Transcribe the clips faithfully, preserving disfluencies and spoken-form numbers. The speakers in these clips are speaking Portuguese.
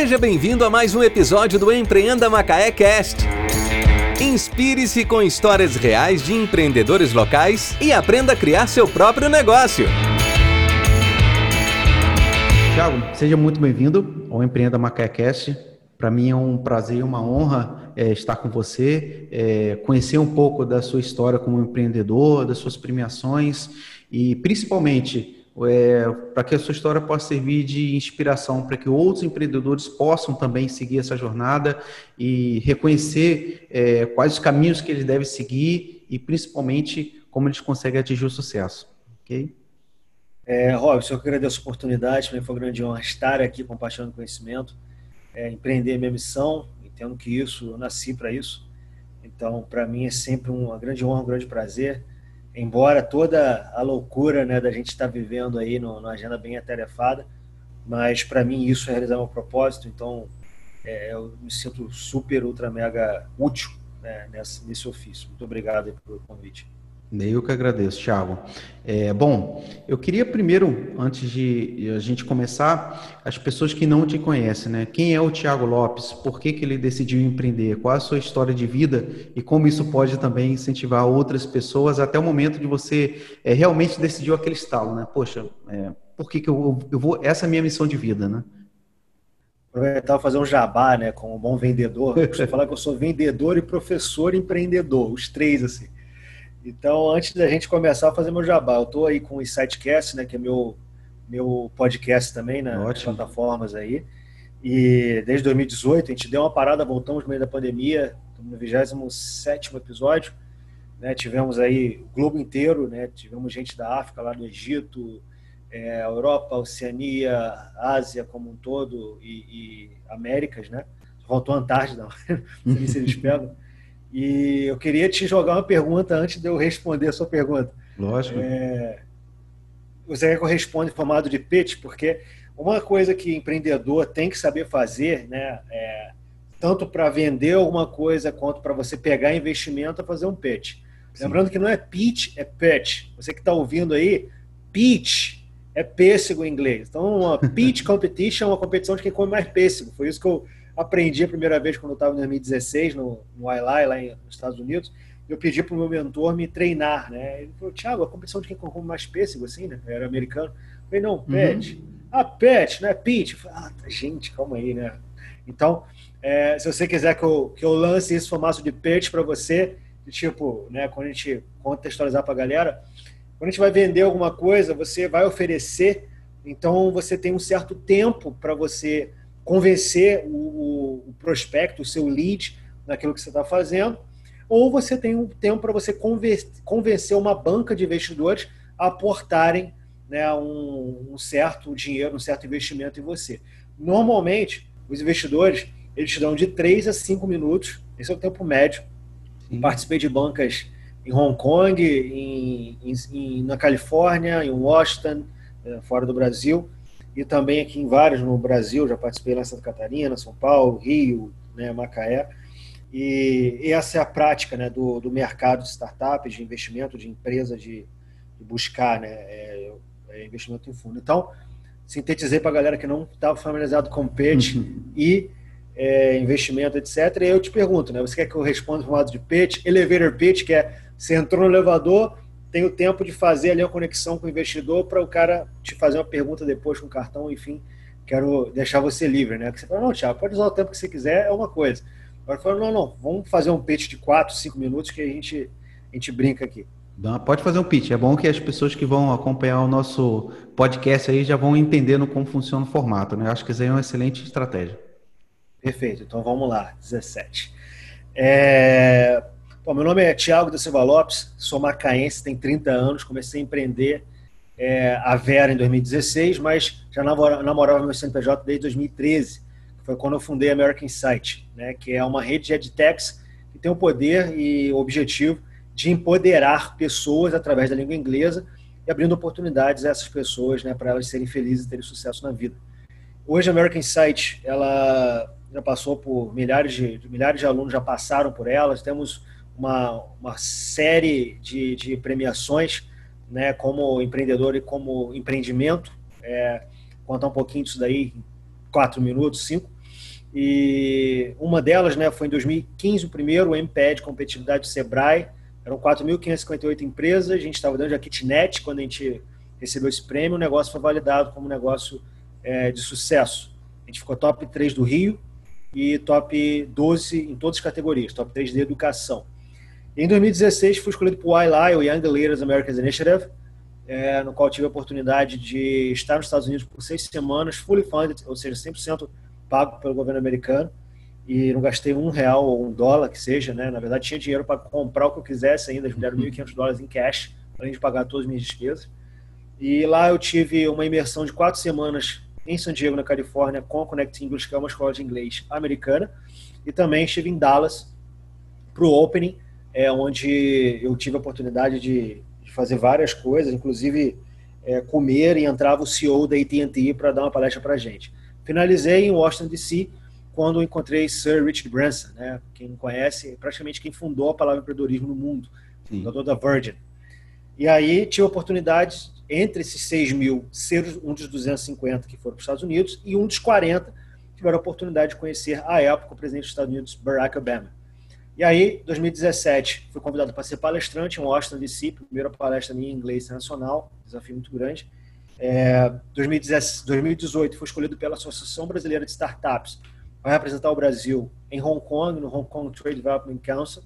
Seja bem-vindo a mais um episódio do Empreenda Macaé Cast. Inspire-se com histórias reais de empreendedores locais e aprenda a criar seu próprio negócio. Thiago, seja muito bem-vindo ao Empreenda Macaé Cast. Para mim é um prazer e uma honra é, estar com você, é, conhecer um pouco da sua história como empreendedor, das suas premiações e principalmente é, para que a sua história possa servir de inspiração para que outros empreendedores possam também seguir essa jornada e reconhecer é, quais os caminhos que eles devem seguir e principalmente como eles conseguem atingir o sucesso. Ok? É, Robson, eu que agradeço a oportunidade, para mim foi uma grande honra estar aqui compartilhando conhecimento, é, empreender a minha missão, entendo que isso, eu nasci para isso, então para mim é sempre uma grande honra, um grande prazer, embora toda a loucura, né, da gente estar vivendo aí no, numa agenda bem atarefada, mas para mim isso é realizar meu propósito, então é, eu me sinto super, ultra, mega útil, né, nesse, nesse ofício. Muito obrigado aí pelo convite. Eu que agradeço, Thiago. É, bom, eu queria primeiro, antes de a gente começar, as pessoas que não te conhecem, né? Quem é o Thiago Lopes? Por que que ele decidiu empreender? Qual a sua história de vida? E como isso pode também incentivar outras pessoas até o momento de você é, realmente decidir aquele estalo, né? Poxa, é, por que que eu, eu vou... Essa é a minha missão de vida, né? Aproveitar e fazer um jabá, né? Como um bom vendedor. Eu costumo falar que eu sou vendedor e professor empreendedor, os três, assim. Então, antes da gente começar a fazer meu jabá, eu estou aí com o Insightcast, né, que é meu, meu podcast também, né, nas plataformas aí. E desde dois mil e dezoito, a gente deu uma parada, voltamos no meio da pandemia, estamos no vigésimo sétimo episódio. Né, tivemos aí o globo inteiro, né, tivemos gente da África, lá do Egito, é, Europa, Oceania, Ásia como um todo e, e Américas, né? Faltou a Antártida, não sei se eles pegam. E eu queria te jogar uma pergunta antes de eu responder a sua pergunta. Lógico. É, você quer que eu responda em formato de pitch? Porque uma coisa que empreendedor tem que saber fazer, né, é, tanto para vender alguma coisa quanto para você pegar investimento, é fazer um pitch. Sim. Lembrando que não é pitch, é pitch. Você que está ouvindo aí, pitch é pêssego em inglês. Então, uma pitch competition é uma competição de quem come mais pêssego. Foi isso que eu aprendi a primeira vez quando eu estava em dois mil e dezesseis, no, no I L A, lá nos Estados Unidos. Eu pedi para o meu mentor me treinar, né? Ele falou, Thiago, a competição de quem come mais pêssego, assim, né? Eu era americano. Eu falei, não, pet. Uhum. Ah, pet, né? Pitch. Eu falei, ah, gente, calma aí, né? Então, é, se você quiser que eu, que eu lance esse formato de pitch para você, de tipo, né, quando a gente contextualizar para a galera, quando a gente vai vender alguma coisa, você vai oferecer, então você tem um certo tempo para você convencer o, o prospecto, o seu lead, naquilo que você está fazendo, ou você tem um tempo para você convencer uma banca de investidores a aportarem, né, um, um certo dinheiro, um certo investimento em você. Normalmente, os investidores, eles te dão de três a cinco minutos, esse é o tempo médio. Sim. Participei de bancas em Hong Kong, em, em, na Califórnia, em Washington, fora do Brasil, e também aqui em vários no Brasil, já participei lá em Santa Catarina, São Paulo, Rio, né, Macaé. E, e essa é a prática, né, do, do mercado de startups, de investimento, de empresa, de, de buscar, né, é, é investimento em fundo. Então, sintetizei para a galera que não estava familiarizado com pitch uhum. e é, investimento, etcétera. E eu te pergunto, né, você quer que eu responda no formato de pitch, elevator pitch, que é você entrou no elevador, tem o tempo de fazer ali a conexão com o investidor para o cara te fazer uma pergunta depois com o cartão, enfim, quero deixar você livre, né? Que você fala, não, Thiago, pode usar o tempo que você quiser, é uma coisa. Agora fala, não, não, vamos fazer um pitch de quatro, cinco minutos que a gente, a gente brinca aqui. Pode fazer um pitch, é bom que as pessoas que vão acompanhar o nosso podcast aí já vão entendendo como funciona o formato, né? Acho que isso aí é uma excelente estratégia. Perfeito, então vamos lá, dezessete. É... Bom, meu nome é Thiago da Silva Lopes, sou macaense, tenho trinta anos, comecei a empreender é, a Vera em dois mil e dezesseis, mas já namorava, namorava meu C N P J desde dois mil e treze, que foi quando eu fundei a American Insight, né, que é uma rede de edtechs que tem o poder e o objetivo de empoderar pessoas através da língua inglesa e abrindo oportunidades a essas pessoas, né, para elas serem felizes e terem sucesso na vida. Hoje a American Insight, ela já passou por milhares de, milhares de alunos, já passaram por elas, temos Uma, uma série de, de premiações, né, como empreendedor e como empreendimento. É, contar um pouquinho disso daí em quatro minutos, cinco. E uma delas, né, foi em dois mil e quinze, o primeiro, o M P E de Competitividade do Sebrae. Eram quatro mil quinhentas e cinquenta e oito empresas, a gente estava dentro da kitnet quando a gente recebeu esse prêmio, o negócio foi validado como um negócio é, de sucesso. A gente ficou top três do Rio e top doze em todas as categorias, top três de educação. E em dois mil e dezesseis fui escolhido para o Y L I, o Young Leaders Americas Initiative, é, no qual tive a oportunidade de estar nos Estados Unidos por seis semanas, fully funded, ou seja, cem por cento pago pelo governo americano, e não gastei um real ou um dólar, que seja, né? Na verdade, tinha dinheiro para comprar o que eu quisesse ainda, eles me deram mil e quinhentos dólares em cash, além de pagar todas as minhas despesas. E lá eu tive uma imersão de quatro semanas em San Diego, na Califórnia, com a Connect English, que é uma escola de inglês americana, e também estive em Dallas para o Opening, é, onde eu tive a oportunidade de, de fazer várias coisas, inclusive é, comer, e entrava o C E O da A T and T para dar uma palestra para a gente. Finalizei em Washington, D C, quando encontrei Sir Richard Branson, né? Quem não conhece, praticamente quem fundou a palavra empreendedorismo no mundo, Sim. fundador da Virgin. E aí tive a oportunidade, entre esses seis mil, ser um dos duzentos e cinquenta que foram para os Estados Unidos, e um dos quarenta tiveram a oportunidade de conhecer, à época, o presidente dos Estados Unidos, Barack Obama. E aí, em dois mil e dezessete, fui convidado para ser palestrante em Washington, D C, primeira palestra minha em inglês internacional, desafio muito grande. É, dois mil e dezoito, fui escolhido pela Associação Brasileira de Startups para representar o Brasil em Hong Kong, no Hong Kong Trade Development Council,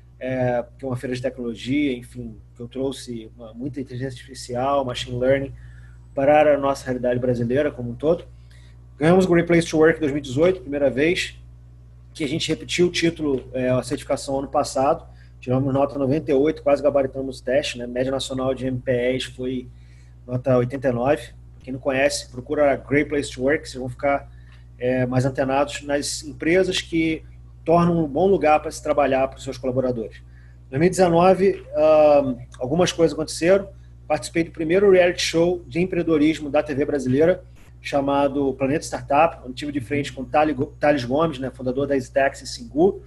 é, que é uma feira de tecnologia, enfim, que eu trouxe uma, muita inteligência artificial, machine learning, para a nossa realidade brasileira como um todo. Ganhamos o Great Place to Work em dois mil e dezoito, primeira vez, que a gente repetiu o título, é, a certificação ano passado, tiramos nota noventa e oito, quase gabaritamos o teste, né? Média nacional de M P Es foi nota oitenta e nove. Quem não conhece, procura Great Place to Work, vocês vão ficar é, mais antenados nas empresas que tornam um bom lugar para se trabalhar para os seus colaboradores. Em dois mil e dezenove, um, algumas coisas aconteceram. Participei do primeiro reality show de empreendedorismo da T V brasileira, chamado Planeta Startup, onde tive de frente com Thales Gomes, né, fundador da EasyTax e Singu.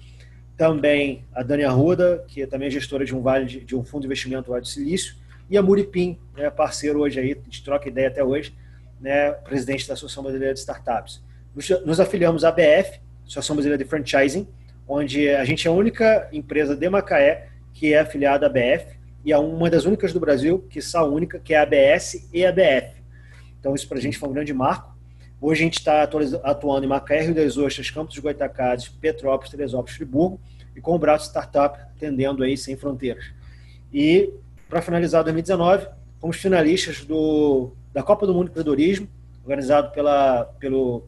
Também a Dani Arruda, que é também gestora de um, vale de, de um fundo de investimento Vale do Silício, e a Muripim, né, parceiro hoje aí, a gente troca ideia até hoje, né, presidente da Associação Brasileira de Startups. Nos, nos afiliamos à A B F, Associação Brasileira de Franchising, onde a gente é a única empresa de Macaé que é afiliada à A B F, e é uma das únicas do Brasil, que é a única, que é a A B S e a B F. Então isso para a gente foi um grande marco. Hoje a gente está atuando em Macaé, Rio das Ostras, Campos dos Goytacazes, Petrópolis, Teresópolis, Friburgo, e com o braço startup atendendo aí sem fronteiras. E para finalizar dois mil e dezenove, fomos finalistas do, da Copa do Mundo de Empreendedorismo, organizado pela, pelo,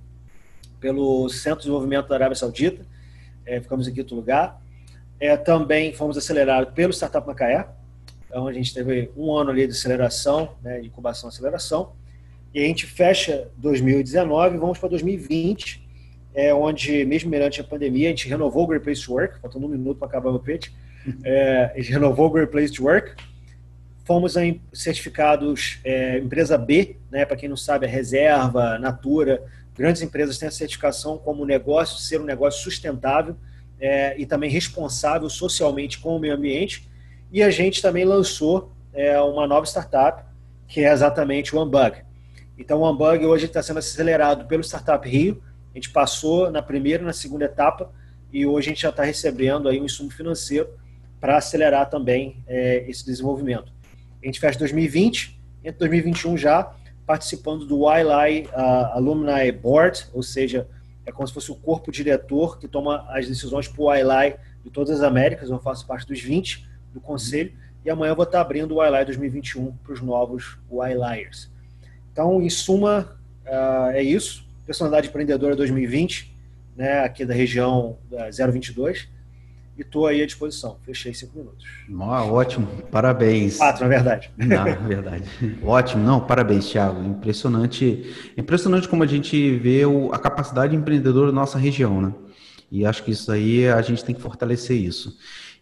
pelo Centro de Desenvolvimento da Arábia Saudita. É, ficamos em quinto lugar. É, também fomos acelerados pelo Startup Macaé. Então a gente teve um ano ali de aceleração, né, de incubação e aceleração. E a gente fecha dois mil e dezenove e vamos para dois mil e vinte, é, onde, mesmo durante a pandemia, a gente renovou o Great Place to Work, faltando um minuto para acabar o pitch, é, a gente renovou o Great Place to Work, fomos em certificados é, empresa B, né, para quem não sabe, a Reserva, Natura, grandes empresas têm a certificação como negócio, ser um negócio sustentável é, e também responsável socialmente com o meio ambiente, e a gente também lançou é, uma nova startup, que é exatamente o Unbug. Então, o Unbug hoje está sendo acelerado pelo Startup Rio. A gente passou na primeira e na segunda etapa e hoje a gente já está recebendo aí um insumo financeiro para acelerar também é, esse desenvolvimento. A gente fecha dois mil e vinte, entre dois mil e vinte e um já, participando do Y L I uh, Alumni Board, ou seja, é como se fosse o corpo diretor que toma as decisões para o Y L I de todas as Américas. Eu faço parte dos vinte do conselho e amanhã eu vou estar abrindo o Y L I dois mil e vinte e um para os novos YLiers. Então, em suma, uh, é isso. Personalidade Empreendedora dois mil e vinte, né, aqui da região da zero vinte e dois. E estou aí à disposição. Fechei cinco minutos. Ah, ótimo, parabéns. Quatro, na verdade. Na verdade. Ótimo, não, parabéns, Thiago. Impressionante, impressionante como a gente vê o, a capacidade empreendedora da nossa região, né? E acho que isso aí, a gente tem que fortalecer isso.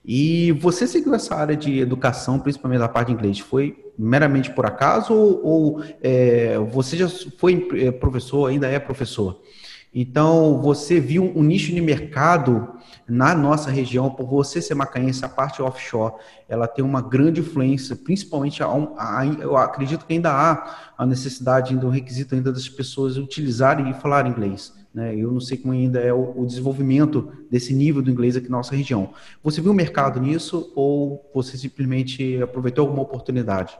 E você seguiu essa área de educação, principalmente da parte de inglês, foi meramente por acaso ou, ou é, você já foi professor, ainda é professor? Então, você viu um nicho de mercado na nossa região, por você ser macaense, a parte offshore, ela tem uma grande influência, principalmente, a, a, eu acredito que ainda há a necessidade, ainda, o requisito ainda das pessoas utilizarem e falar inglês, né? Eu não sei como ainda é o, o desenvolvimento desse nível do inglês aqui na nossa região. Você viu o mercado nisso ou você simplesmente aproveitou alguma oportunidade?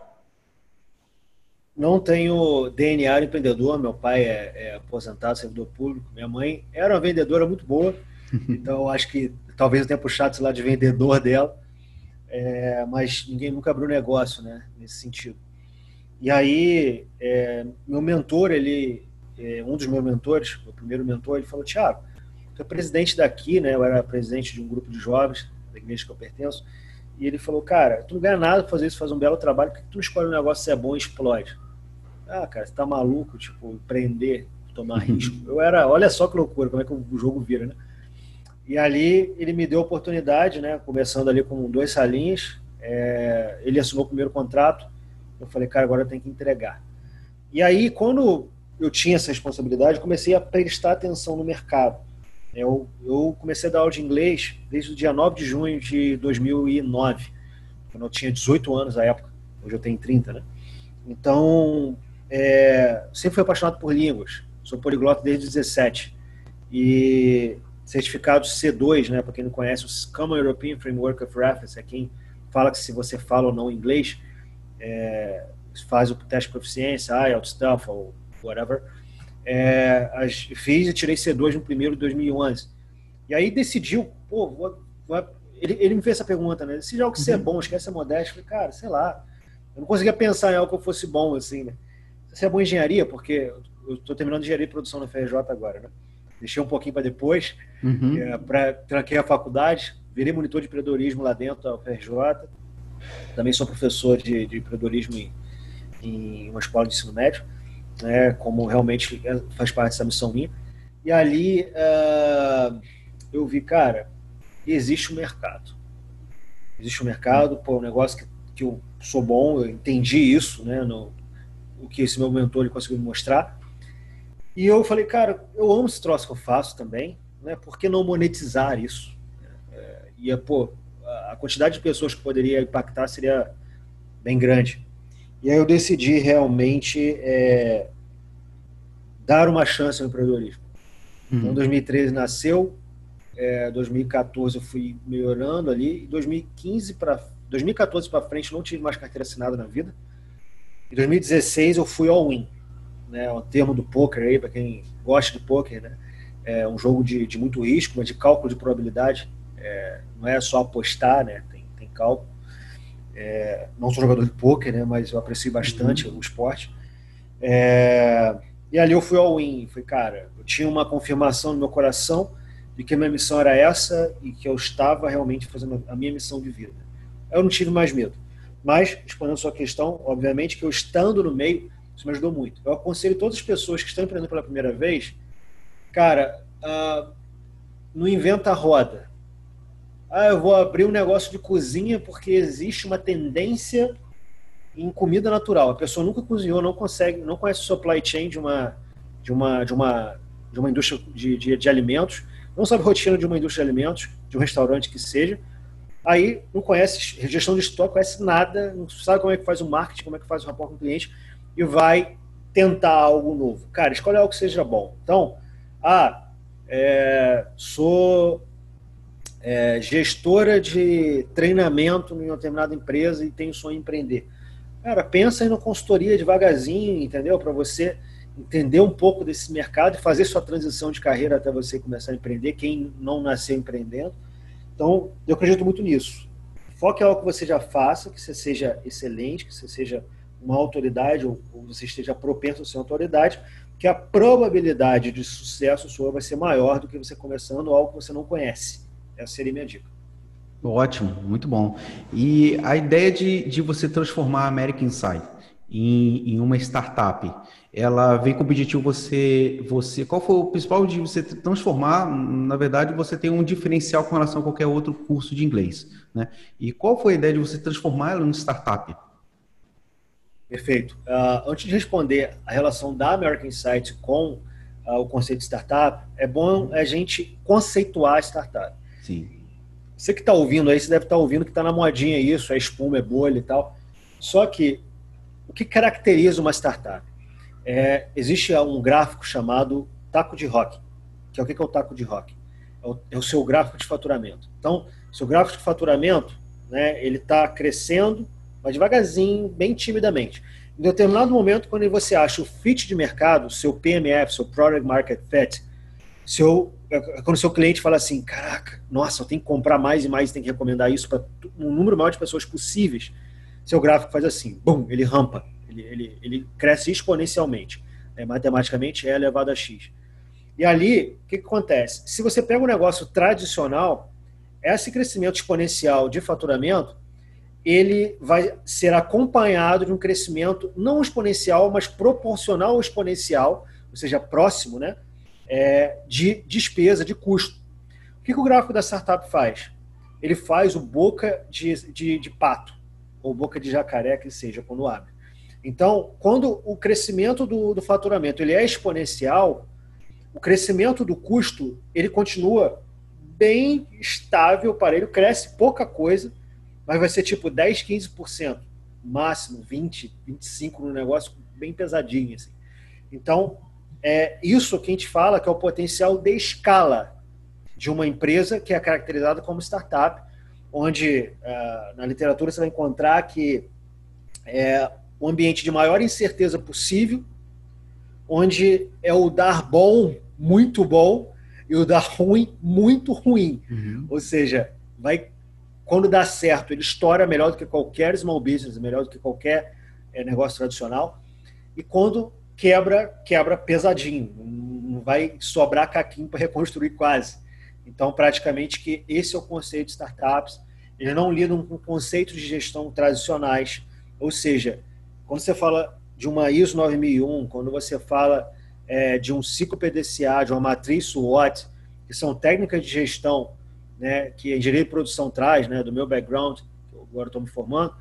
Não tenho D N A empreendedor, meu pai é, é aposentado, servidor público, minha mãe era uma vendedora muito boa, então acho que talvez eu tenha puxado esse lado de vendedor dela, é, mas ninguém nunca abriu negócio, né, nesse sentido. E aí, é, meu mentor, ele, é, um dos meus mentores, o primeiro mentor, ele falou: Thiago, tu é presidente daqui, né? Eu era presidente de um grupo de jovens da igreja que eu pertenço, e ele falou: cara, tu não ganha nada pra fazer isso, faz um belo trabalho, por que tu não escolhe um negócio que é bom e explode? Ah, cara, você tá maluco, tipo, empreender, tomar risco. Eu era, olha só que loucura, como é que o jogo vira, né? E ali ele me deu a oportunidade, né? Começando ali com dois salinhos, é, ele assinou o primeiro contrato. Eu falei, cara, agora eu tenho que entregar. E aí, quando eu tinha essa responsabilidade, comecei a prestar atenção no mercado. Eu, eu comecei a dar aula de inglês desde o dia nove de junho de dois mil e nove, quando eu tinha dezoito anos na época. Hoje eu tenho trinta, né? Então, é, sempre fui apaixonado por línguas. Sou poliglota desde dezessete. E certificado C dois, né? Para quem não conhece, o Common European Framework of Reference, é quem fala que se você fala ou não inglês, É, faz o teste de proficiência, I E L T S, TOEFL, whatever. É, as, fiz e tirei C dois no primeiro de dois mil e onze. E aí decidiu, pô, vou, vou, ele, ele me fez essa pergunta, né? Decide algo que você é bom, esquece a modéstia. Eu falei, cara, sei lá. Eu não conseguia pensar em algo que eu fosse bom, assim, né? Você é bom em engenharia, porque eu estou terminando engenharia de produção na F R J agora, né? Deixei um pouquinho para depois, uhum. é, pra, tranquei a faculdade, virei monitor de empreendedorismo lá dentro da F R J. Também sou professor de, de empreendedorismo em, em uma escola de ensino médio, né, como realmente faz parte dessa missão minha. E ali uh, eu vi, cara, existe um mercado. Existe um mercado, pô, um negócio que, que eu sou bom, eu entendi isso, né, no, o que esse meu mentor ele conseguiu me mostrar. E eu falei, cara, eu amo esse troço que eu faço também, né, por que não monetizar isso? É, e, pô, a quantidade de pessoas que poderia impactar seria bem grande. E aí eu decidi realmente é, dar uma chance ao empreendedorismo. Uhum. Então, dois mil e treze nasceu, é, dois mil e quatorze eu fui melhorando ali, e dois mil e quinze para dois mil e quatorze para frente não tive mais carteira assinada na vida. Em dois mil e dezesseis eu fui all-in, né, o termo do poker aí, para quem gosta de poker, né, é um jogo de, de muito risco, mas de cálculo de probabilidade. É, não é só apostar, né? Tem, tem cálculo. É, não sou jogador de pôquer, né? Mas eu aprecio bastante uhum. o esporte. É, e ali eu fui all-in. Fui, cara, eu tinha uma confirmação no meu coração de que a minha missão era essa e que eu estava realmente fazendo a minha missão de vida. Eu não tive mais medo. Mas, respondendo a sua questão, obviamente que eu estando no meio, isso me ajudou muito. Eu aconselho todas as pessoas que estão empreendendo pela primeira vez, cara, uh, não inventa a roda. Ah, eu vou abrir um negócio de cozinha porque existe uma tendência em comida natural. A pessoa nunca cozinhou, não consegue, não conhece o supply chain de uma, de uma, de uma, de uma indústria de, de, de alimentos, não sabe a rotina de uma indústria de alimentos, de um restaurante que seja. Aí não conhece gestão de estoque, conhece nada, não sabe como é que faz o marketing, como é que faz o rapport com o cliente e vai tentar algo novo. Cara, escolhe algo que seja bom. Então, ah, é, sou... É, gestora de treinamento em uma determinada empresa e tenho sonho em empreender. Cara, pensa aí na consultoria devagarzinho, entendeu? Para você entender um pouco desse mercado e fazer sua transição de carreira até você começar a empreender, quem não nasceu empreendendo. Então, eu acredito muito nisso. Foque em algo que você já faça, que você seja excelente, que você seja uma autoridade ou, ou você esteja propenso a ser uma autoridade, que a probabilidade de sucesso sua vai ser maior do que você começando algo que você não conhece. Essa seria a minha dica. Ótimo, muito bom. E a ideia de, de você transformar a American Insight em, em uma startup, ela vem com o objetivo você, você... Qual foi o principal de você transformar? Na verdade, você tem um diferencial com relação a qualquer outro curso de inglês, né? E qual foi a ideia de você transformar ela em startup? Perfeito. Uh, antes de responder a relação da American Insight com uh, o conceito de startup, é bom a gente conceituar a startup. Sim. Você que está ouvindo aí, você deve estar tá ouvindo que está na modinha isso, é espuma, é bolha e tal. Só que, o que caracteriza uma startup? É, existe um gráfico chamado taco de rock. que é o que é o taco de rock? É o, é o seu gráfico de faturamento. Então, seu gráfico de faturamento, né, ele está crescendo, mas devagarzinho, bem timidamente. Em determinado momento, quando você acha o fit de mercado, seu P M F, seu Product Market Fit, seu, quando o seu cliente fala assim, caraca, nossa, eu tenho que comprar mais e mais, tem que recomendar isso para um número maior de pessoas possíveis, seu gráfico faz assim, bum, ele rampa, ele, ele, ele cresce exponencialmente. É, matematicamente é elevado a X. E ali, o que, que acontece? Se você pega um negócio tradicional, esse crescimento exponencial de faturamento, ele vai ser acompanhado de um crescimento não exponencial, mas proporcional ao exponencial, ou seja, próximo, né, é, de despesa, de custo. O que, que o gráfico da startup faz? Ele faz o boca de, de, de pato, ou boca de jacaré, que seja, quando abre. Então, quando o crescimento do, do faturamento ele é exponencial, o crescimento do custo ele continua bem estável para ele, cresce pouca coisa, mas vai ser tipo dez, quinze por cento, máximo vinte, vinte e cinco por cento no negócio bem pesadinho. Assim. Então, é isso que a gente fala que é o potencial de escala de uma empresa que é caracterizada como startup, onde uh, na literatura você vai encontrar que é o ambiente de maior incerteza possível, onde é o dar bom, muito bom, e o dar ruim, muito ruim. Uhum. Ou seja, vai, quando dá certo, ele estoura melhor do que qualquer small business, melhor do que qualquer é, negócio tradicional, e quando quebra, quebra pesadinho, não vai sobrar caquinho para reconstruir quase. Então, praticamente, que esse é o conceito de startups. Eles não lidam com conceitos de gestão tradicionais, ou seja, quando você fala de uma I S O nove mil e um, quando você fala é, de um ciclo P D C A, de uma matriz SWOT, que são técnicas de gestão, né, que a engenharia de produção traz, né, do meu background, que eu agora estou me formando,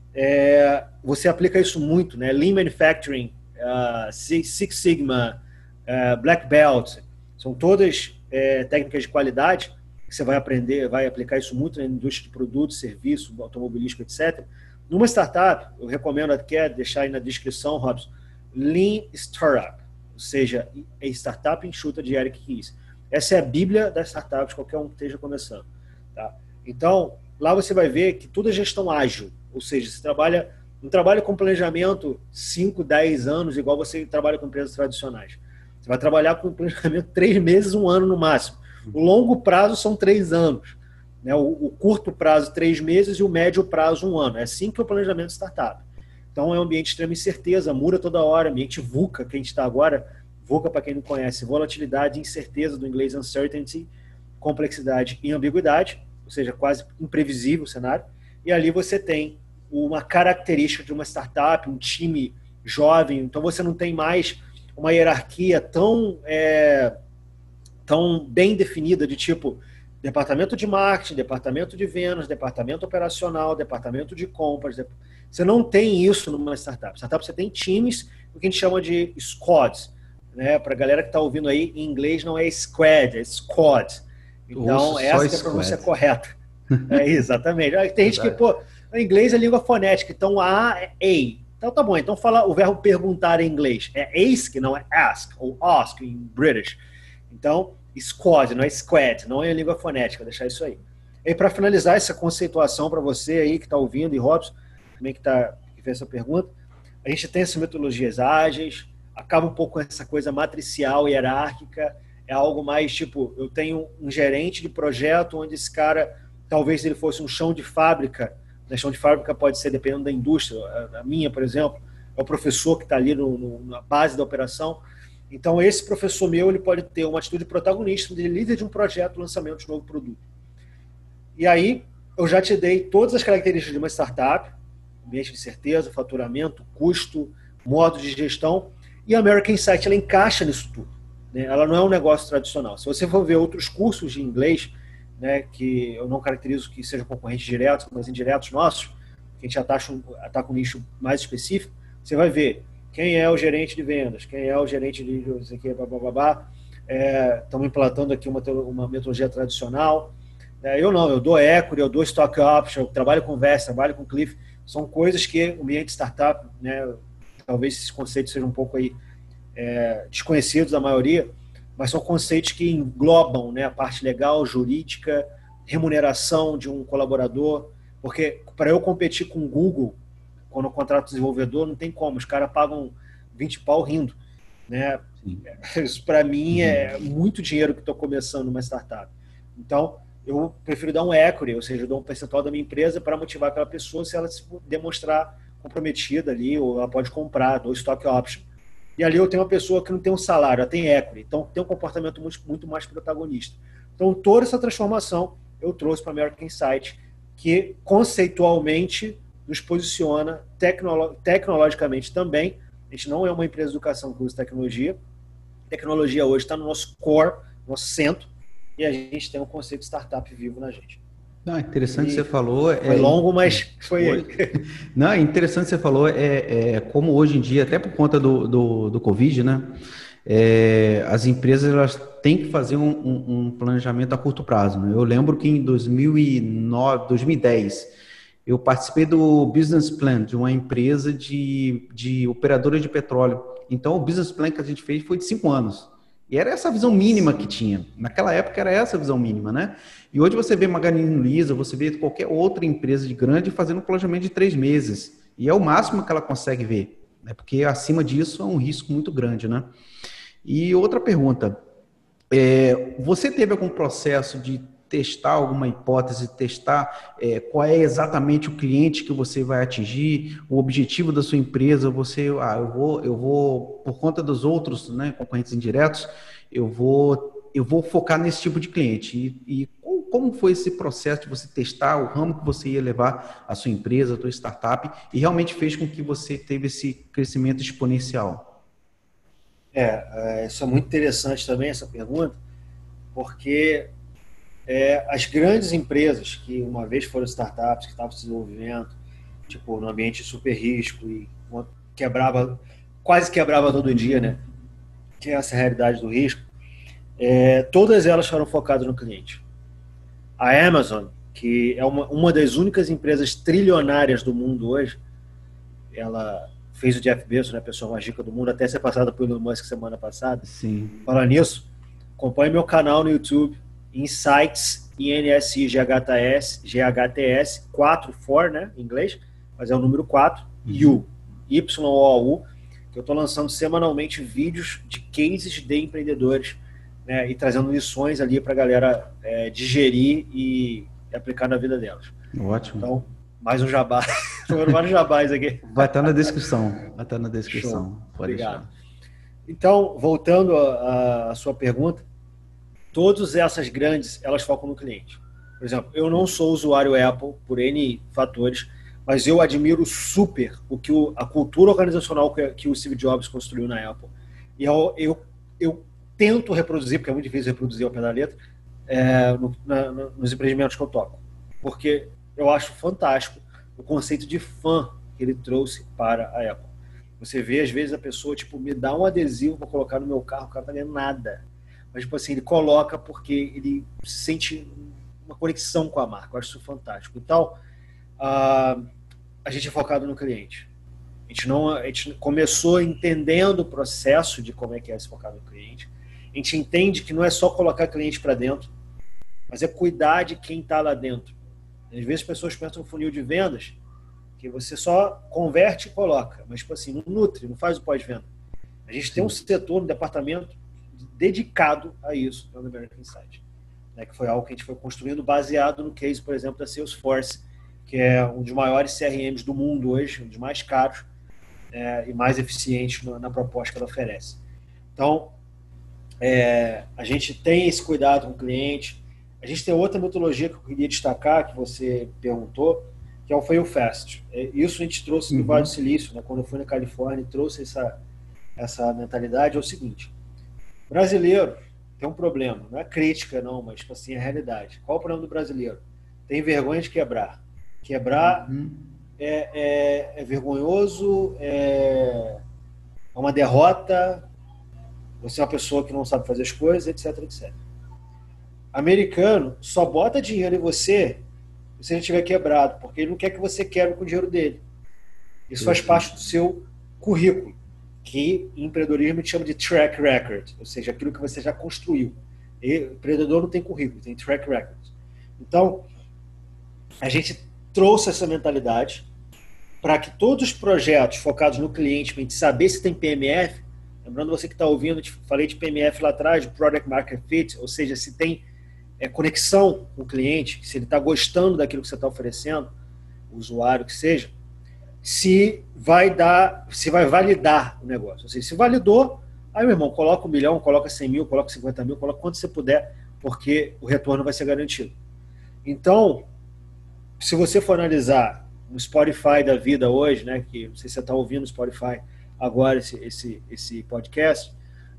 é, você aplica isso muito, né, Lean Manufacturing, uh, Six Sigma, uh, Black Belt, são todas é, técnicas de qualidade que você vai aprender, vai aplicar isso muito na indústria de produtos, serviços, automobilístico, etcétera. Numa startup, eu recomendo até deixar aí na descrição, Robson, Lean Startup, ou seja, é startup enxuta de Eric Ries. Essa é a bíblia das startups, qualquer um que esteja começando. Tá? Então, lá você vai ver que tudo é gestão ágil, ou seja, você trabalha, não trabalha com planejamento cinco, dez anos, igual você trabalha com empresas tradicionais. Você vai trabalhar com planejamento três meses, um ano no máximo. O longo prazo são três anos. Né? O, o curto prazo, três meses, e o médio prazo, um ano. É assim que é o planejamento de startup. Então, é um ambiente de extrema incerteza, muda toda hora, ambiente VUCA, que a gente está agora, VUCA, para quem não conhece, volatilidade, incerteza, do inglês uncertainty, complexidade e ambiguidade, ou seja, quase imprevisível o cenário. E ali você tem uma característica de uma startup, um time jovem, então você não tem mais uma hierarquia tão, é, tão bem definida de tipo departamento de marketing, departamento de vendas, departamento operacional, departamento de compras. Você não tem isso numa startup. Startup você tem times, o que a gente chama de squads. Né? Para a galera que está ouvindo aí, em inglês não é squad, é squad. Então, essa que é a pronúncia correta. É, exatamente. Tem gente que, pô, em inglês é língua fonética, então A é A. Então tá bom, então fala o verbo perguntar em inglês. É ask, não é ask, ou ask em British. Então, squad, não é squad, não é língua fonética, vou deixar isso aí. E para finalizar essa conceituação para você aí que está ouvindo, e Robson, também que, tá, que fez essa pergunta, a gente tem essas metodologias ágeis, acaba um pouco com essa coisa matricial, hierárquica, é algo mais tipo, eu tenho um gerente de projeto onde esse cara, talvez ele fosse um chão de fábrica, né? Chão de fábrica pode ser dependendo da indústria, a minha, por exemplo, é o professor que está ali no, no, na base da operação. Então, esse professor meu, ele pode ter uma atitude protagonista, de líder de um projeto, lançamento de novo produto. E aí, eu já te dei todas as características de uma startup, ambiente de certeza, faturamento, custo, modo de gestão, e a American Insight, ela encaixa nisso tudo. Né? Ela não é um negócio tradicional. Se você for ver outros cursos de inglês, né, que eu não caracterizo que sejam concorrentes diretos, mas indiretos nossos, que a gente ataca um, ataca um nicho mais específico, você vai ver quem é o gerente de vendas, quem é o gerente de não sei o que, blá, blá, blá, blá. É, estamos implantando aqui uma, uma metodologia tradicional. É, eu não, eu dou equity, eu dou stock option, eu trabalho com Vest, trabalho com Cliff. São coisas que o ambiente startup, né, talvez esses conceitos sejam um pouco aí, é, desconhecidos da maioria, mas são conceitos que englobam, né, a parte legal, jurídica, remuneração de um colaborador, porque para eu competir com o Google, quando eu contrato desenvolvedor, não tem como, os caras pagam vinte pau rindo, né? Isso para mim é muito dinheiro que estou começando uma startup. Então, eu prefiro dar um equity, ou seja, eu dou um percentual da minha empresa para motivar aquela pessoa se ela se demonstrar comprometida ali, ou ela pode comprar, dou stock option. E ali eu tenho uma pessoa que não tem um salário, ela tem equity, então tem um comportamento muito, muito mais protagonista. Então, toda essa transformação eu trouxe para a American Insight, que conceitualmente nos posiciona tecnolo- tecnologicamente também. A gente não é uma empresa de educação que usa tecnologia. Tecnologia hoje está no nosso core, no nosso centro, e a gente tem um conceito de startup vivo na gente. Não, interessante E você falou. Foi é, longo, mas foi foi. aí. Não, interessante você falou. É, é como hoje em dia, até por conta do, do, do Covid, né? É, as empresas elas têm que fazer um, um, um planejamento a curto prazo, né? Eu lembro que em dois mil e nove, dois mil e dez eu participei do business plan de uma empresa de, de operadora de petróleo. Então, o business plan que a gente fez foi de cinco anos. E era essa visão mínima que tinha. Naquela época era essa a visão mínima, né? E hoje você vê Magazine Luiza, você vê qualquer outra empresa de grande fazendo um planejamento de três meses. E é o máximo que ela consegue ver, né? Porque acima disso é um risco muito grande, né? E outra pergunta, é, você teve algum processo de testar alguma hipótese, testar é, qual é exatamente o cliente que você vai atingir, o objetivo da sua empresa, você, ah, eu vou, eu vou, por conta dos outros, né, concorrentes indiretos, eu vou, eu vou focar nesse tipo de cliente. E, e como foi esse processo de você testar o ramo que você ia levar a sua empresa, a sua startup, e realmente fez com que você teve esse crescimento exponencial? É, isso é muito interessante também, essa pergunta, porque é, as grandes empresas que uma vez foram startups, que estavam se desenvolvendo, tipo, no ambiente de super risco e quebrava, quase quebrava todo dia, né? Que é essa realidade do risco, é, todas elas foram focadas no cliente. A Amazon, que é uma, uma das únicas empresas trilionárias do mundo hoje, ela fez o Jeff Bezos, né, a pessoa mais rica do mundo, até ser passada por Elon Musk semana passada. Sim. Falando nisso, acompanhe meu canal no YouTube, Insights, I N S I G H T S, G H T S, quatro, quatro, né, em inglês, mas é o número quatro, uhum. U, Y O U, que eu estou lançando semanalmente vídeos de cases de empreendedores, né, e trazendo lições ali para a galera é, digerir e aplicar na vida delas. Ótimo. Então, mais um jabá. Estou vendo vários jabás aqui. Vai estar na descrição. Vai estar na descrição. Pode Obrigado. deixar. Então, voltando à sua pergunta, todas essas grandes, elas focam no cliente. Por exemplo, eu não sou usuário Apple por N fatores, mas eu admiro super o que o, a cultura organizacional que, que o Steve Jobs construiu na Apple. E eu, eu, eu tento reproduzir, porque é muito difícil reproduzir ao pé da letra, é, no, na, nos empreendimentos que eu toco. Porque eu acho fantástico o conceito de fã que ele trouxe para a Apple. Você vê, às vezes, a pessoa, tipo, me dá um adesivo para colocar no meu carro, o cara não tá ganhando nada. Mas, tipo assim, ele coloca porque ele sente uma conexão com a marca. Eu acho isso fantástico. Então, uh, a gente é focado no cliente. A gente, não, a gente começou entendendo o processo de como é que é se focar no cliente. A gente entende que não é só colocar cliente para dentro, mas é cuidar de quem está lá dentro. Às vezes as pessoas pensam no funil de vendas, que você só converte e coloca, mas tipo assim, não nutre, não faz o pós-venda. A gente tem um setor, um departamento dedicado a isso no American Insight, né, que foi algo que a gente foi construindo baseado no case, por exemplo, da Salesforce, que é um dos maiores C R Ms do mundo hoje, um dos mais caros é, e mais eficientes na, na proposta que ela oferece. Então, é, a gente tem esse cuidado com o cliente. A gente tem outra metodologia que eu queria destacar, que você perguntou, que é o Fail Fast. Isso a gente trouxe do uhum. Vale do Silício, né? Quando eu fui na Califórnia, trouxe essa, essa mentalidade. É o seguinte, brasileiro tem um problema, não é crítica não, mas tipo assim, é a realidade. Qual o problema do brasileiro? Tem vergonha de quebrar. Quebrar uhum. é, é, é vergonhoso, é, é uma derrota, você é uma pessoa que não sabe fazer as coisas, etc, etcétera. Americano só bota dinheiro em você se você já estiver quebrado, porque ele não quer que você quebre com o dinheiro dele. Isso faz parte do seu currículo. que em empreendedorismo a gente chama de track record, ou seja, aquilo que você já construiu. E o empreendedor não tem currículo, tem track record. Então, a gente trouxe essa mentalidade para que todos os projetos focados no cliente, para a gente saber se tem P M F, lembrando você que está ouvindo, eu te falei de P M F lá atrás, de Product Market Fit, ou seja, se tem é, conexão com o cliente, se ele está gostando daquilo que você está oferecendo, o usuário que seja, se vai dar, se vai validar o negócio. Ou seja, se validou, aí, meu irmão, coloca um milhão, coloca cem mil, coloca cinquenta mil, coloca quanto você puder, porque o retorno vai ser garantido. Então, se você for analisar no Spotify da vida hoje, né, que não sei se você está ouvindo no Spotify agora esse, esse, esse podcast,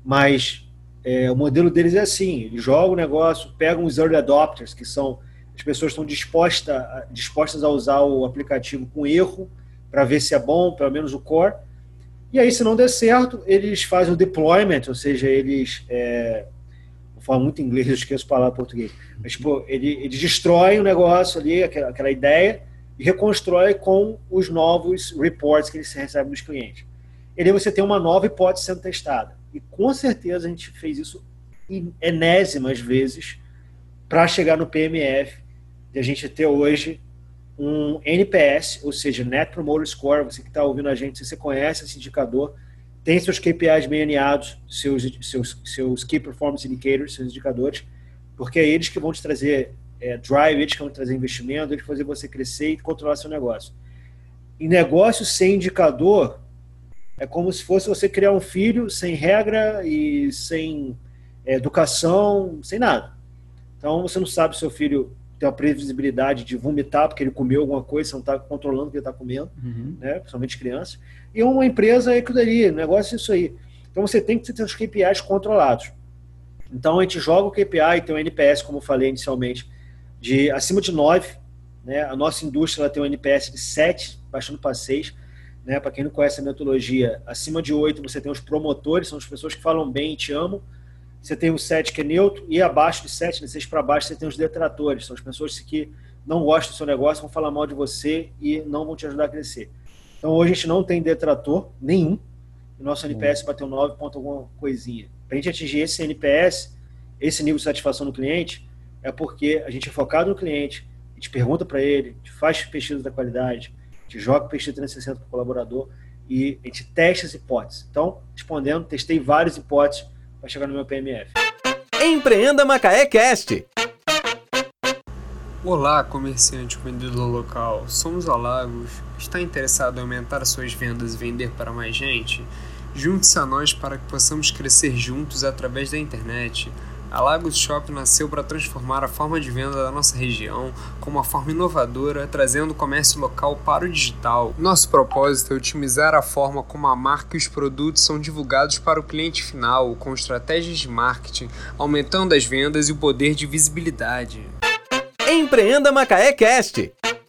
mas é, o modelo deles é assim, eles jogam o negócio, pegam os early adopters, que são as pessoas que estão dispostas, dispostas a usar o aplicativo com erro, para ver se é bom, pelo menos o core, e aí se não der certo, eles fazem o deployment, ou seja, eles... É, eu falo muito inglês, eu esqueço falar português, mas tipo, eles, eles destroem o negócio ali, aquela, aquela ideia, e reconstrói com os novos reports que eles recebem dos clientes. E aí você tem uma nova hipótese sendo testada. E com certeza a gente fez isso enésimas vezes para chegar no P M F, de a gente ter hoje um N P S, ou seja, Net Promoter Score. Você que está ouvindo a gente, se você conhece esse indicador, tem seus K P Is bem alinhados, seus, seus, seus Key Performance Indicators, seus indicadores, porque é eles que vão te trazer é, drive, eles que vão te trazer investimento, eles que vão fazer você crescer e controlar seu negócio. Em negócio sem indicador, é como se fosse você criar um filho sem regra e sem é, educação, sem nada. Então você não sabe se seu filho tem uma previsibilidade de vomitar porque ele comeu alguma coisa, você não está controlando o que ele está comendo, uhum. né? Principalmente crianças. E uma empresa é aquilo ali, o negócio é isso aí. Então você tem que ter os K P Is controlados. Então a gente joga o K P I e tem um N P S, como eu falei inicialmente, de acima de nove. Né? A nossa indústria ela tem um N P S de sete, baixando para seis. Né? Para quem não conhece a metodologia, acima de oito você tem os promotores, são as pessoas que falam bem e te amam. Você tem o sete que é neutro, e abaixo de sete, de seis para baixo, você tem os detratores. São as pessoas que não gostam do seu negócio, vão falar mal de você e não vão te ajudar a crescer. Então hoje a gente não tem detrator nenhum. O nosso N P S bateu nove ponto alguma coisinha. Para a gente atingir esse N P S, esse nível de satisfação do cliente, é porque a gente é focado no cliente, a gente pergunta para ele, a gente faz pesquisa da qualidade, a gente joga pesquisa trezentos e sessenta para o colaborador e a gente testa as hipóteses. Então, respondendo, testei várias hipóteses para chegar no meu P M F. Empreenda Macaé Cast. Olá, comerciante vendedor local. Somos a Lagos. Está interessado em aumentar as suas vendas e vender para mais gente? Junte-se a nós para que possamos crescer juntos através da internet. A Lagos Shop nasceu para transformar a forma de venda da nossa região com uma forma inovadora, trazendo o comércio local para o digital. Nosso propósito é otimizar a forma como a marca e os produtos são divulgados para o cliente final, com estratégias de marketing, aumentando as vendas e o poder de visibilidade. Empreenda Macaé Cast.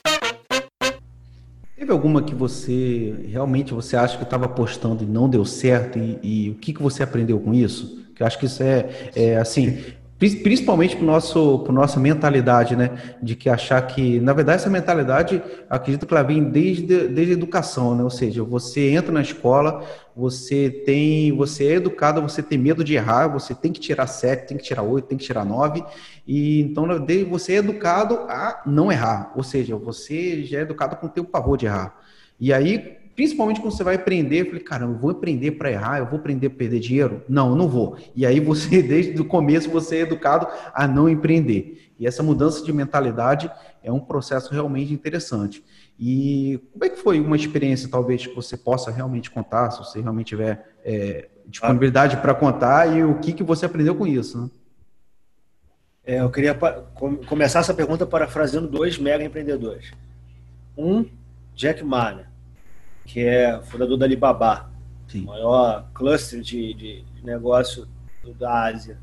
Teve alguma que você realmente você acha que estava apostando e não deu certo e, e o que, que você aprendeu com isso? Que eu acho que isso é, é assim, principalmente para nosso, para nossa mentalidade, né? De que achar que, na verdade, essa mentalidade, acredito que ela vem desde, desde a educação, né? Ou seja, você entra na escola, você tem, você é educado, você tem medo de errar, você tem que tirar sete, tem que tirar oito, tem que tirar nove, e então você é educado a não errar, ou seja, você já é educado com o teu pavor de errar. E aí, principalmente quando você vai aprender, eu falei, caramba, eu vou aprender para errar, eu vou aprender para perder dinheiro? Não, eu não vou. E aí você, desde o começo, você é educado a não empreender. E essa mudança de mentalidade é um processo realmente interessante. E como é que foi uma experiência, talvez, que você possa realmente contar, se você realmente tiver é, disponibilidade para contar, e o que, que você aprendeu com isso, né? É, eu queria começar essa pergunta parafraseando dois mega empreendedores. Um, Jack Ma, que é fundador da Alibaba, Sim. o maior cluster de, de negócio da Ásia.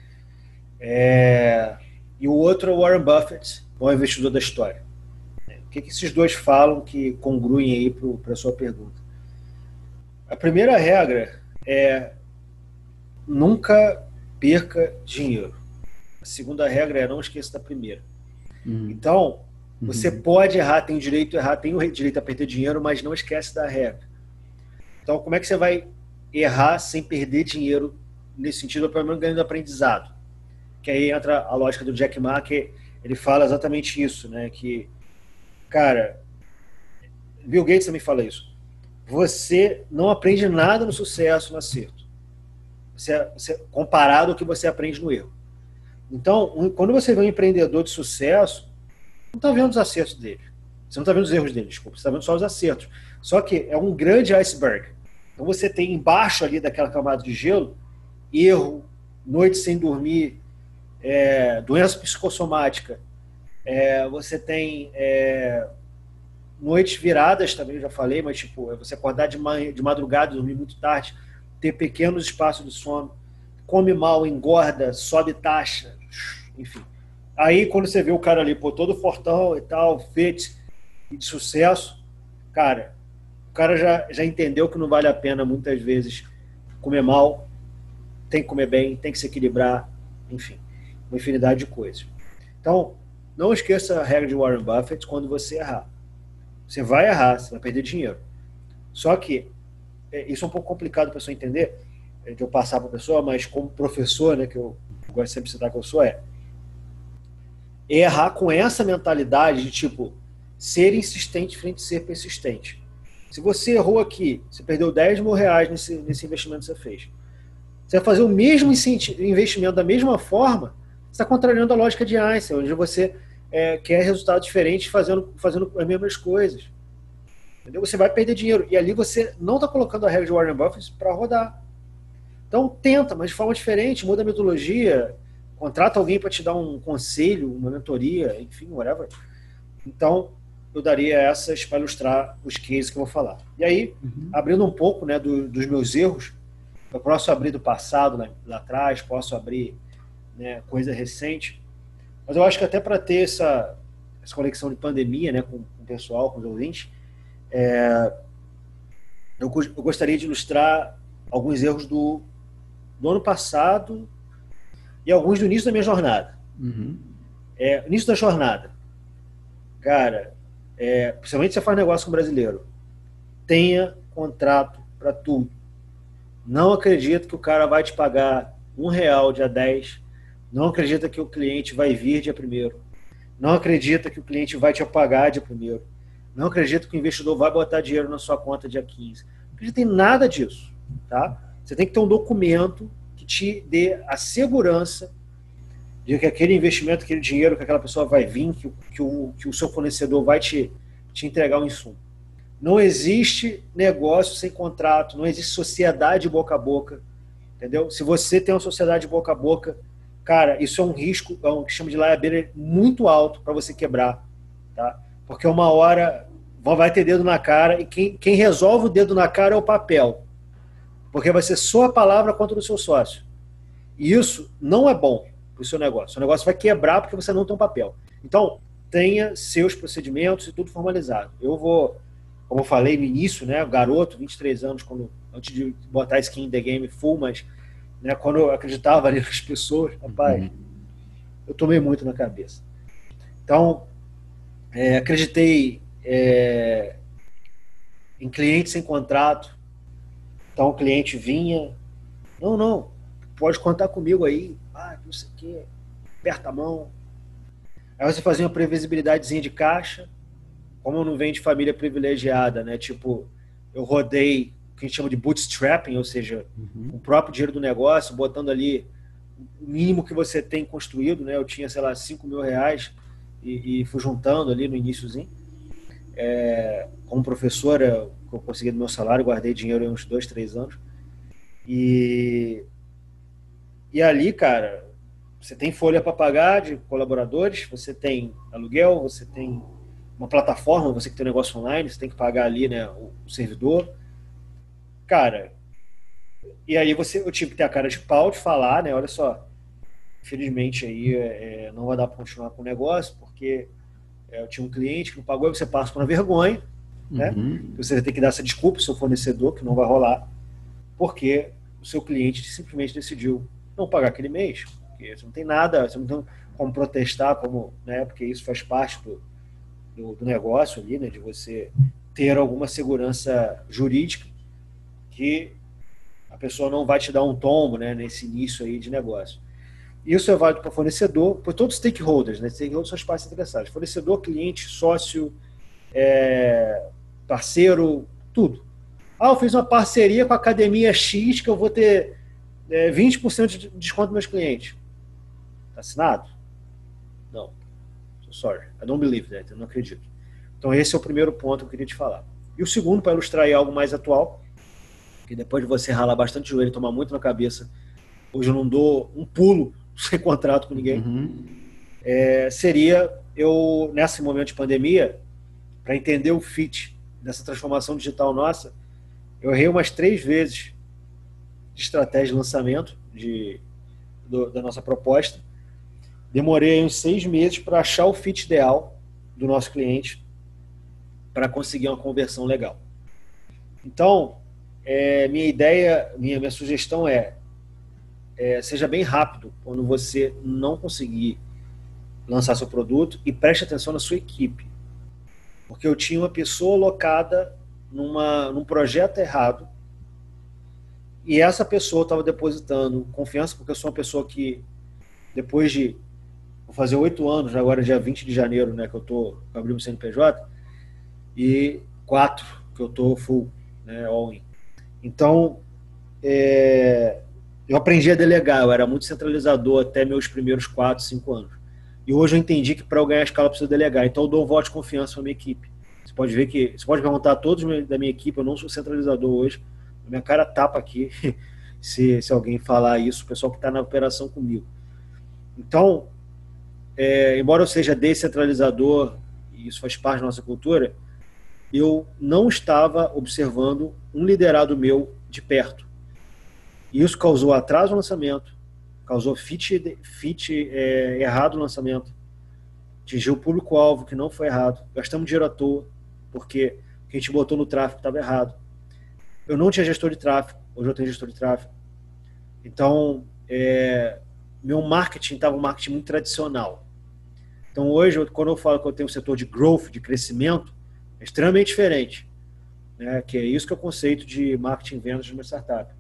É, e o outro é o Warren Buffett, o maior investidor da história. O que, que esses dois falam que congruem aí para a sua pergunta? A primeira regra é nunca perca dinheiro. A segunda regra é não esqueça da primeira. Uhum. Então, você uhum. pode errar, tem o direito a errar, tem o direito a perder dinheiro, mas não esquece da regra. Então, como é que você vai errar sem perder dinheiro nesse sentido, ou pelo menos ganhando aprendizado. Que aí entra a lógica do Jack Ma, que ele fala exatamente isso, né? Que, cara, Bill Gates também fala isso. Você não aprende nada no sucesso, no acerto. Você, você, comparado ao que você aprende no erro. Então, um, quando você vê um empreendedor de sucesso, não está vendo os acertos dele. Você não está vendo os erros dele, desculpa. Você está vendo só os acertos. Só que é um grande iceberg. Então você tem embaixo ali daquela camada de gelo, erro, noite sem dormir, é, doença psicossomática. É, você tem é, noites viradas também, eu já falei, mas tipo, é você acordar de, manhã, de madrugada, dormir muito tarde, ter pequenos espaços de sono, come mal, engorda, sobe taxa, enfim. Aí quando você vê o cara ali, pô, todo fortão e tal, fit e de sucesso, cara, o cara já, já entendeu que não vale a pena muitas vezes comer mal, tem que comer bem, tem que se equilibrar, enfim, uma infinidade de coisas. Então, não esqueça a regra de Warren Buffett quando você errar. Você vai errar, você vai perder dinheiro. Só que, isso é um pouco complicado para a pessoa entender, de eu passar para a pessoa, mas como professor, né, que eu gosto sempre de citar que eu sou, é errar com essa mentalidade de, tipo, ser insistente frente a ser persistente. Se você errou aqui, você perdeu dez mil reais nesse, nesse investimento que você fez. Você vai fazer o mesmo investimento da mesma forma, você está contrariando a lógica de Einstein, onde você é, quer resultados diferentes fazendo, fazendo as mesmas coisas. Entendeu? Você vai perder dinheiro. E ali você não está colocando a regra de Warren Buffett para rodar. Então tenta, mas de forma diferente, muda a metodologia, contrata alguém para te dar um conselho, uma mentoria, enfim, whatever. Então, eu daria essas para ilustrar os cases que eu vou falar. E aí, uhum. abrindo um pouco, né, do, dos meus erros, eu posso abrir do passado lá, lá atrás, posso abrir, né, coisa recente, mas eu acho que até para ter essa, essa conexão de pandemia, né, com, com o pessoal, com os ouvintes, é, eu, eu gostaria de ilustrar alguns erros do, do ano passado e alguns do início da minha jornada. Uhum. É, início da jornada. Cara, é, principalmente se você faz negócio com brasileiro, tenha contrato para tudo. Não acredita que o cara vai te pagar um real dia dez. Não acredita que o cliente vai vir dia primeiro. Não acredita que o cliente vai te pagar dia primeiro. Não acredita que o investidor vai botar dinheiro na sua conta dia quinze. Não acredita em nada disso. Tá? Você tem que ter um documento que te dê a segurança de que aquele investimento, aquele dinheiro que aquela pessoa vai vir, que, que, o, que o seu fornecedor vai te, te entregar um insumo. Não existe negócio sem contrato, não existe sociedade boca a boca, entendeu? Se você tem uma sociedade boca a boca, cara, isso é um risco, é um que chama de liability muito alto para você quebrar, tá? Porque uma hora vai ter dedo na cara e quem, quem resolve o dedo na cara é o papel, porque vai ser só a palavra contra o seu sócio. E isso não é bom para o seu negócio. O seu negócio vai quebrar porque você não tem um papel. Então, tenha seus procedimentos e tudo formalizado. Eu vou... Como eu falei no início, né, garoto, vinte e três anos, quando, antes de botar skin in the game full, mas, né, quando eu acreditava ali nas pessoas, rapaz, uhum. eu tomei muito na cabeça. Então, é, acreditei é, em cliente sem contrato. Então o cliente vinha, não, não, pode contar comigo aí, ah, não sei o quê, aperta a mão. Aí você fazia uma previsibilidadezinha de caixa. Como eu não venho de família privilegiada, né? Tipo, eu rodei o que a gente chama de bootstrapping, ou seja, uhum. o próprio dinheiro do negócio, botando ali o mínimo que você tem construído, né? Eu tinha, sei lá, cinco mil reais e, e fui juntando ali no iniciozinho. É, como professora, eu consegui do meu salário, guardei dinheiro em uns dois, três anos. E, e ali, cara, você tem folha para pagar de colaboradores, você tem aluguel, você tem uma plataforma, você que tem um negócio online, você tem que pagar ali, né, o, o servidor. Cara, e aí você, eu tive que ter a cara de pau de falar, né, olha só, infelizmente aí é, não vai dar para continuar com o negócio, porque é, eu tinha um cliente que não pagou, e você passa por uma vergonha, né, uhum. você vai ter que dar essa desculpa ao seu fornecedor, que não vai rolar, porque o seu cliente simplesmente decidiu não pagar aquele mês, porque você não tem nada, você não tem como protestar, como, né, porque isso faz parte do Do, do negócio ali, né, de você ter alguma segurança jurídica que a pessoa não vai te dar um tombo, né, nesse início aí de negócio. Isso é válido para fornecedor, para todos os stakeholders, né? Stakeholders são as partes interessadas. Fornecedor, cliente, sócio, é, parceiro, tudo. Ah, eu fiz uma parceria com a academia X que eu vou ter é, vinte por cento de desconto nos meus clientes. Está assinado? Não. So sorry. I don't believe that. Eu não acredito. Então esse é o primeiro ponto que eu queria te falar. E o segundo, para ilustrar aí algo mais atual, que depois de você ralar bastante o joelho e tomar muito na cabeça, hoje eu não dou um pulo sem contrato com ninguém, uhum. é, seria eu, nesse momento de pandemia, para entender o fit dessa transformação digital nossa, eu errei umas três vezes de estratégia de lançamento de, do, da nossa proposta. Demorei uns seis meses para achar o fit ideal do nosso cliente para conseguir uma conversão legal. Então, é, minha ideia, minha, minha sugestão é, é seja bem rápido quando você não conseguir lançar seu produto e preste atenção na sua equipe. Porque eu tinha uma pessoa alocada numa, num projeto errado e essa pessoa estava depositando confiança, porque eu sou uma pessoa que, depois de vou fazer oito anos, agora dia vinte de janeiro, né, que eu estou abrindo o C N P J, e quatro que eu estou full, né, all in. Então, é, eu aprendi a delegar, eu era muito centralizador até meus primeiros quatro, cinco anos. E hoje eu entendi que para eu ganhar escala eu preciso delegar. Então eu dou um voto de confiança para minha equipe. Você pode ver que, você pode perguntar a todos da minha equipe, eu não sou centralizador hoje. A minha cara tapa aqui se, se alguém falar isso, o pessoal que está na operação comigo. Então, é, embora eu seja descentralizador, e isso faz parte da nossa cultura, eu não estava observando um liderado meu de perto. E isso causou atraso no lançamento, causou fit, fit é, errado no lançamento, atingiu o público-alvo que não foi errado, gastamos dinheiro à toa, porque o que a gente botou no tráfego estava errado. Eu não tinha gestor de tráfego, hoje eu tenho gestor de tráfego. Então, é, meu marketing estava um marketing muito tradicional. Então hoje, eu, quando eu falo que eu tenho um setor de growth, de crescimento, é extremamente diferente, né? Que é isso que é o conceito de marketing e vendas de uma startup.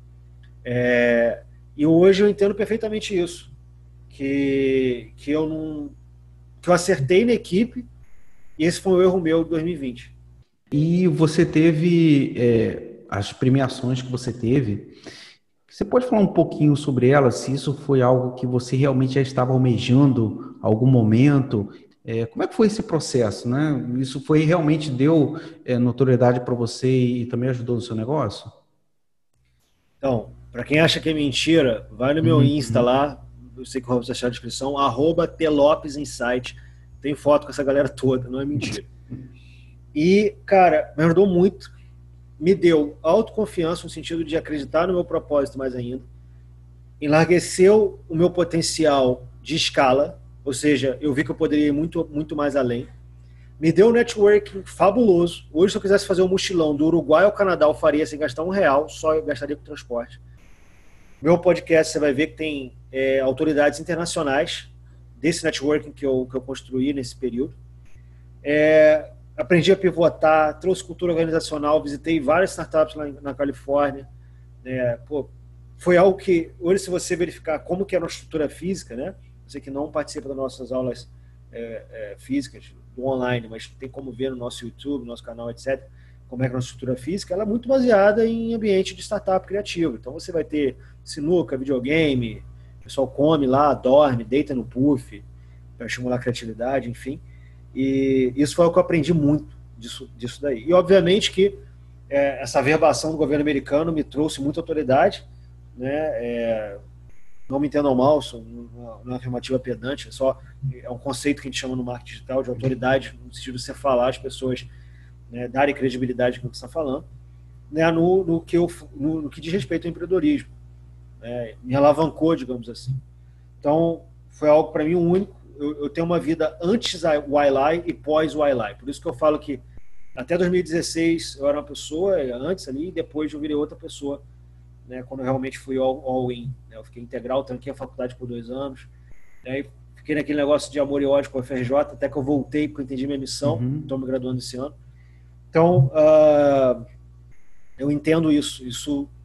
É, e hoje eu entendo perfeitamente isso, que, que, eu não, que eu acertei na equipe e esse foi um erro meu de dois mil e vinte. E você teve é, as premiações que você teve, você pode falar um pouquinho sobre elas, se isso foi algo que você realmente já estava almejando em algum momento? É, como é que foi esse processo, né? Isso foi realmente deu é, notoriedade para você e também ajudou no seu negócio? Então, para quem acha que é mentira, vai no meu uhum, Insta uhum. lá, eu sei que o Robson vai achar a descrição, arroba Telopes Insight, tem foto com essa galera toda, não é mentira. E, cara, me ajudou muito, me deu autoconfiança no sentido de acreditar no meu propósito mais ainda, enlargueceu o meu potencial de escala, ou seja, eu vi que eu poderia ir muito, muito mais além. Me deu um networking fabuloso. Hoje, se eu quisesse fazer um mochilão do Uruguai ao Canadá, eu faria sem gastar um real, só eu gastaria com transporte. Meu podcast, você vai ver que tem é, autoridades internacionais desse networking que eu, que eu construí nesse período. É, aprendi a pivotar, trouxe cultura organizacional, visitei várias startups lá na Califórnia. É, pô, foi algo que, hoje, se você verificar como que é a nossa estrutura física, né? Você que não participa das nossas aulas é, é, físicas, do online, mas tem como ver no nosso YouTube, no nosso canal, etcétera, como é que a nossa estrutura física, ela é muito baseada em ambiente de startup criativo. Então você vai ter sinuca, videogame, o pessoal come lá, dorme, deita no puff, para estimular a criatividade, enfim. E isso foi o que eu aprendi muito disso, disso daí. E obviamente que é, essa averbação do governo americano me trouxe muita autoridade, né? É, não me entendam mal, sou uma afirmativa pedante, é só é um conceito que a gente chama no marketing digital de autoridade, no sentido de você falar às pessoas, né, darem credibilidade no que você está falando, né, no, no, que eu, no, no que diz respeito ao empreendedorismo. Né, me alavancou, digamos assim. Então, foi algo para mim único. Eu, eu tenho uma vida antes da Y L I e pós Y L I. Por isso que eu falo que até dois mil e dezesseis eu era uma pessoa, antes ali, e depois eu virei outra pessoa, né, quando eu realmente fui all, all in. Né, eu fiquei integral, tranquei a faculdade por dois anos, né, fiquei naquele negócio de amor e ódio com a F R J, até que eu voltei porque eu entendi minha missão, estou uhum. me graduando esse ano. Então, uh, eu entendo isso. Isso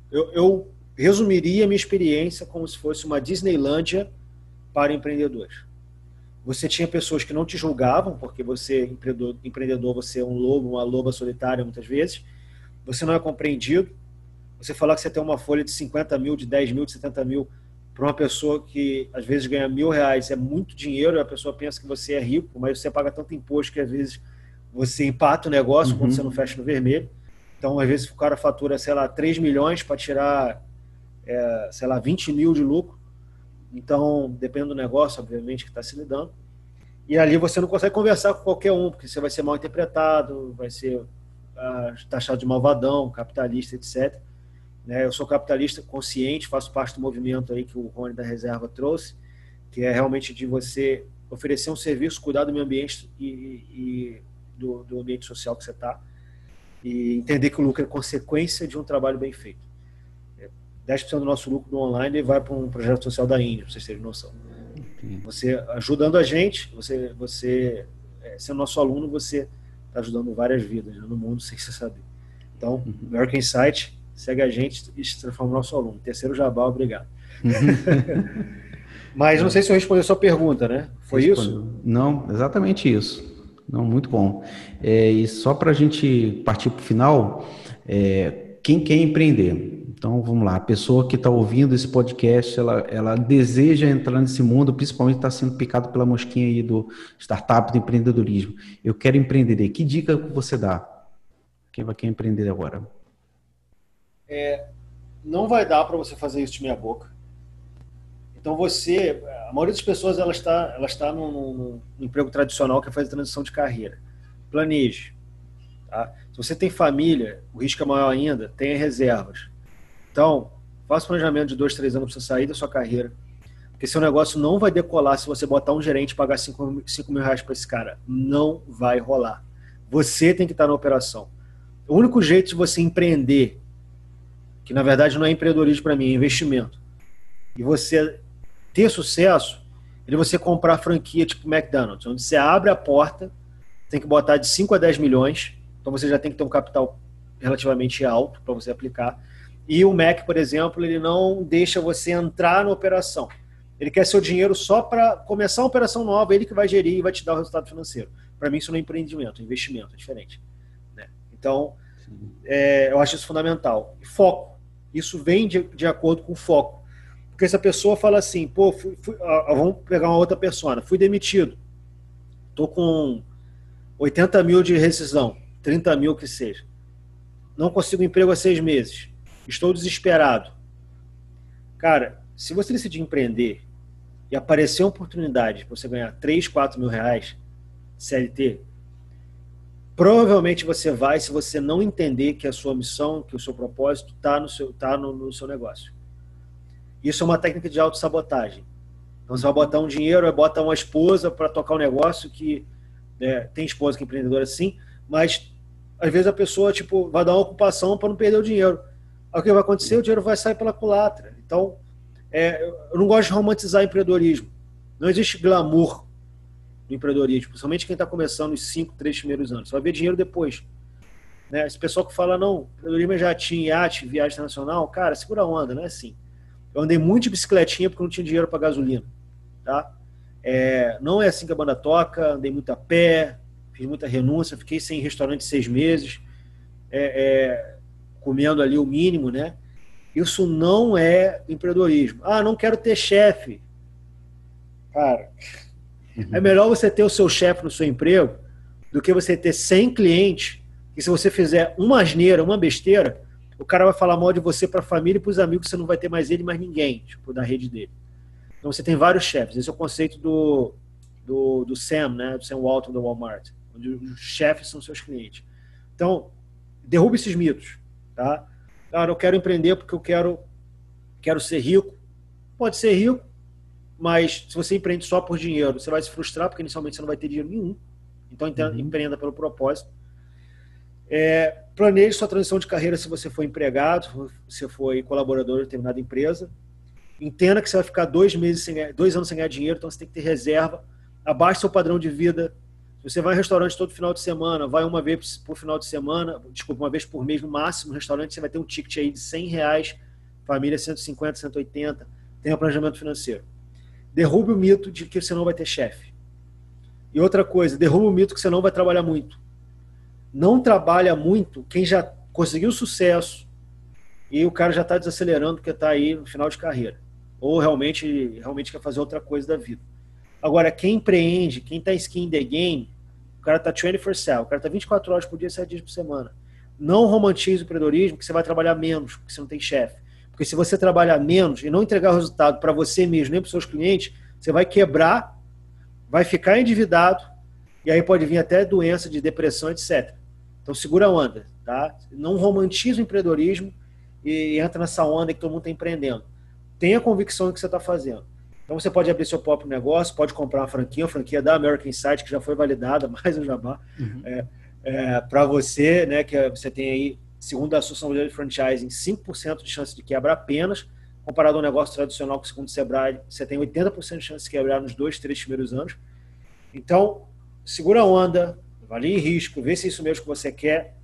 Eu, eu resumiria a minha experiência como se fosse uma Disneylândia para empreendedores. Você tinha pessoas que não te julgavam, porque você, empreendedor, empreendedor, você é um lobo, uma loba solitária muitas vezes. Você não é compreendido. Você falar que você tem uma folha de cinquenta mil, de dez mil, de setenta mil, para uma pessoa que às vezes ganha mil reais, é muito dinheiro, e a pessoa pensa que você é rico, mas você paga tanto imposto que às vezes você empata o negócio uhum. quando você não fecha no vermelho. Então, às vezes o cara fatura, sei lá, três milhões para tirar, é, sei lá, vinte mil de lucro. Então, depende do negócio, obviamente, que está se lidando. E ali você não consegue conversar com qualquer um, porque você vai ser mal interpretado, vai ser ah, taxado de malvadão, capitalista, etcétera. Né? Eu sou capitalista consciente, faço parte do movimento aí que o Rony da Reserva trouxe, que é realmente de você oferecer um serviço, cuidar do meio ambiente e, e do, do ambiente social que você está, e entender que o lucro é consequência de um trabalho bem feito. dez por cento do nosso lucro do online vai para um projeto social da Índia, para vocês terem noção. Você ajudando a gente, você, você sendo nosso aluno, você está ajudando várias vidas, né, no mundo sem você saber. Então, uhum. American Insight, segue a gente e se transforma no nosso aluno. Terceiro jabá, obrigado. Uhum. Mas não sei se eu respondi a sua pergunta, né? Foi Respondeu. Isso? Não, exatamente isso. Não, muito bom. É, e só para a gente partir para o final, é, quem quer empreender? Então, vamos lá, a pessoa que está ouvindo esse podcast, ela, ela deseja entrar nesse mundo, principalmente está sendo picado pela mosquinha aí do startup, do empreendedorismo. Eu quero empreender. Que dica você dá? Quem vai querer empreender agora? É, não vai dar para você fazer isso de meia boca. Então, você, a maioria das pessoas, ela está, ela está num, num, num emprego tradicional que é fazer transição de carreira. Planeje. Tá? Se você tem família, o risco é maior ainda, tenha reservas. Então, faça planejamento de dois, três anos para você sair da sua carreira, porque seu negócio não vai decolar se você botar um gerente e pagar cinco mil reais para esse cara. Não vai rolar. Você tem que estar na operação. O único jeito de você empreender, que na verdade não é empreendedorismo para mim, é investimento, e você ter sucesso, é você comprar franquia tipo McDonald's, onde você abre a porta, tem que botar de cinco a dez milhões, então você já tem que ter um capital relativamente alto para você aplicar. E o Mac, por exemplo, ele não deixa você entrar na operação. Ele quer seu dinheiro só para começar uma operação nova, ele que vai gerir e vai te dar o resultado financeiro. Para mim isso não é empreendimento, é investimento, é diferente. Né? Então, é, eu acho isso fundamental. E foco. Isso vem de, de acordo com o foco. Porque se a pessoa fala assim, pô, fui, fui, ah, vamos pegar uma outra persona, fui demitido, estou com oitenta mil de rescisão, trinta mil que seja, não consigo emprego há seis meses, estou desesperado. Cara, se você decidir empreender e aparecer uma oportunidade para você ganhar três, quatro mil reais C L T, provavelmente você vai, se você não entender que a sua missão, que o seu propósito está no seu, tá no, no seu negócio. Isso é uma técnica de autossabotagem. Então você vai botar um dinheiro, vai botar uma esposa para tocar um negócio que, né, tem esposa que é empreendedora sim, mas às vezes a pessoa tipo, vai dar uma ocupação para não perder o dinheiro. Aí o que vai acontecer? O dinheiro vai sair pela culatra. Então, é, eu não gosto de romantizar empreendedorismo. Não existe glamour no empreendedorismo, principalmente quem está começando os cinco, três primeiros anos. Você vai ver dinheiro depois. Né? Esse pessoal que fala, não, empreendedorismo é jatinho, iate, viagem internacional, cara, segura a onda, não é assim. Eu andei muito de bicicletinha porque não tinha dinheiro para gasolina. Tá? É, não é assim que a banda toca, andei muito a pé, fiz muita renúncia, fiquei sem restaurante seis meses, é, é, comendo ali o mínimo, né? Isso não é empreendedorismo. Ah, não quero ter chefe. Cara, é melhor você ter o seu chefe no seu emprego do que você ter cem clientes e se você fizer uma asneira, uma besteira, o cara vai falar mal de você para a família e para os amigos, você não vai ter mais ele, mais ninguém, tipo, da rede dele. Então você tem vários chefes. Esse é o conceito do, do, do Sam, né? Do Sam Walton, do Walmart, onde os chefes são seus clientes. Então, derruba esses mitos, tá? Cara, eu quero empreender porque eu quero, quero ser rico. Pode ser rico, mas se você empreende só por dinheiro, você vai se frustrar, porque inicialmente você não vai ter dinheiro nenhum. Então, uhum. empreenda pelo propósito. É, planeje sua transição de carreira se você for empregado, se você for colaborador de determinada empresa. Entenda que você vai ficar dois meses sem ganhar, dois anos sem ganhar dinheiro, então você tem que ter reserva. Abaixe seu padrão de vida. Se Você vai em restaurante todo final de semana, vai uma vez por final de semana, desculpa, uma vez por mês no máximo, no restaurante você vai ter um ticket aí de cem reais, família cento e cinquenta, cento e oitenta, tenha planejamento financeiro. Derrube o mito de que você não vai ter chefe. E outra coisa, derrube o mito que você não vai trabalhar muito. Não trabalha muito quem já conseguiu sucesso e o cara já está desacelerando porque está aí no final de carreira. Ou realmente, realmente quer fazer outra coisa da vida. Agora, quem empreende, quem está skin in the game, o cara está vinte e quatro sete, o cara está vinte e quatro horas por dia, sete dias por semana. Não romantize o empreendedorismo, que você vai trabalhar menos, porque você não tem chefe. Porque se você trabalhar menos e não entregar o resultado para você mesmo, nem para os seus clientes, você vai quebrar, vai ficar endividado, e aí pode vir até doença de depressão, etcétera. Então segura a onda, tá? Não romantize o empreendedorismo e entra nessa onda que todo mundo está empreendendo. Tenha convicção do que você está fazendo. Então você pode abrir seu próprio negócio, pode comprar uma franquia, uma franquia da American Insight, que já foi validada, mais um jabá, uhum. é, é, para você, né, que você tem aí, segundo a Associação Brasileira de Franchising, cinco por cento de chance de quebra apenas, comparado a um negócio tradicional que, segundo o Sebrae, você tem oitenta por cento de chance de quebrar nos dois, três primeiros anos. Então, segura a onda, avalie risco, vê se é isso mesmo que você quer.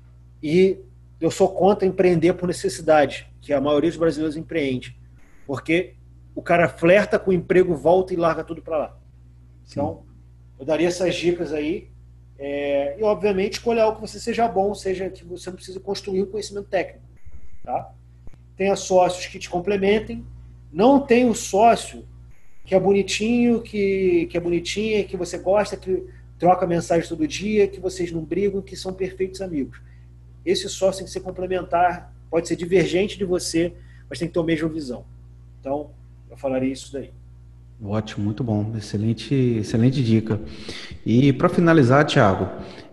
E eu sou contra empreender por necessidade, que a maioria dos brasileiros empreende, porque o cara flerta com o emprego, volta e larga tudo para lá. Então, eu daria essas dicas aí. É, e, obviamente, escolher algo que você seja bom, seja que você não precise construir um conhecimento técnico. Tá? Tenha sócios que te complementem. Não tenha o sócio que é bonitinho, que, que é bonitinha, que você gosta, que troca mensagem todo dia, que vocês não brigam, que são perfeitos amigos. Esse sócio tem que ser complementar, pode ser divergente de você, mas tem que ter a mesma visão. Então, eu falaria isso daí. Ótimo, muito bom. Excelente, excelente dica. E para finalizar, Thiago,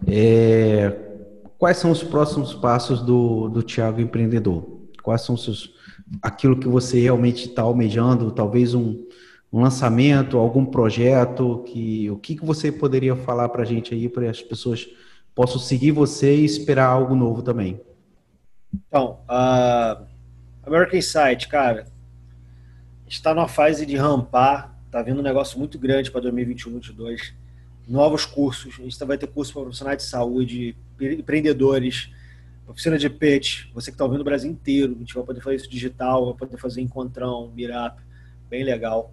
é, quais são os próximos passos do, do Thiago empreendedor? Quais são os seus, aquilo que você realmente está almejando? Talvez um, um lançamento, algum projeto? Que, o que, que você poderia falar para a gente aí, para as pessoas possam seguir você e esperar algo novo também? Então, a American Insight, cara, a gente está numa fase de rampar, está vindo um negócio muito grande para dois mil e vinte e um, dois mil e vinte e dois, novos cursos, a gente vai ter curso para profissionais de saúde, empreendedores, oficina de pitch, você que está ouvindo o Brasil inteiro, a gente vai poder fazer isso digital, vai poder fazer encontrão, meetup, bem legal.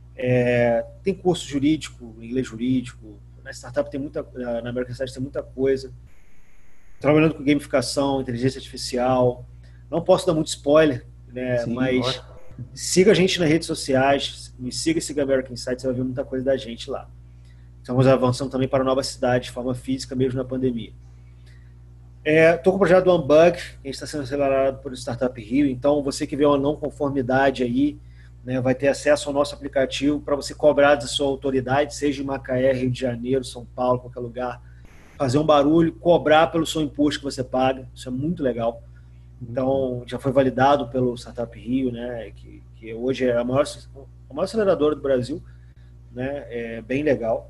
É, tem curso jurídico, inglês jurídico, na startup tem muita, na American Insight tem muita coisa, trabalhando com gamificação, inteligência artificial, não posso dar muito spoiler, né, Sim, mas... Ótimo. Siga a gente nas redes sociais, me siga e siga a American Insight, você vai ver muita coisa da gente lá. Estamos avançando também para novas cidades, de forma física, mesmo na pandemia. Estou é, com o projeto do Unbug, que a gente está sendo acelerado por Startup Rio, então você que vê uma não conformidade aí, né, vai ter acesso ao nosso aplicativo para você cobrar da sua autoridade, seja em Macaé, Rio de Janeiro, São Paulo, qualquer lugar, fazer um barulho, cobrar pelo seu imposto que você paga, isso é muito legal. Então, já foi validado pelo Startup Rio, né, que, que hoje é a maior, a maior aceleradora do Brasil, né, é bem legal.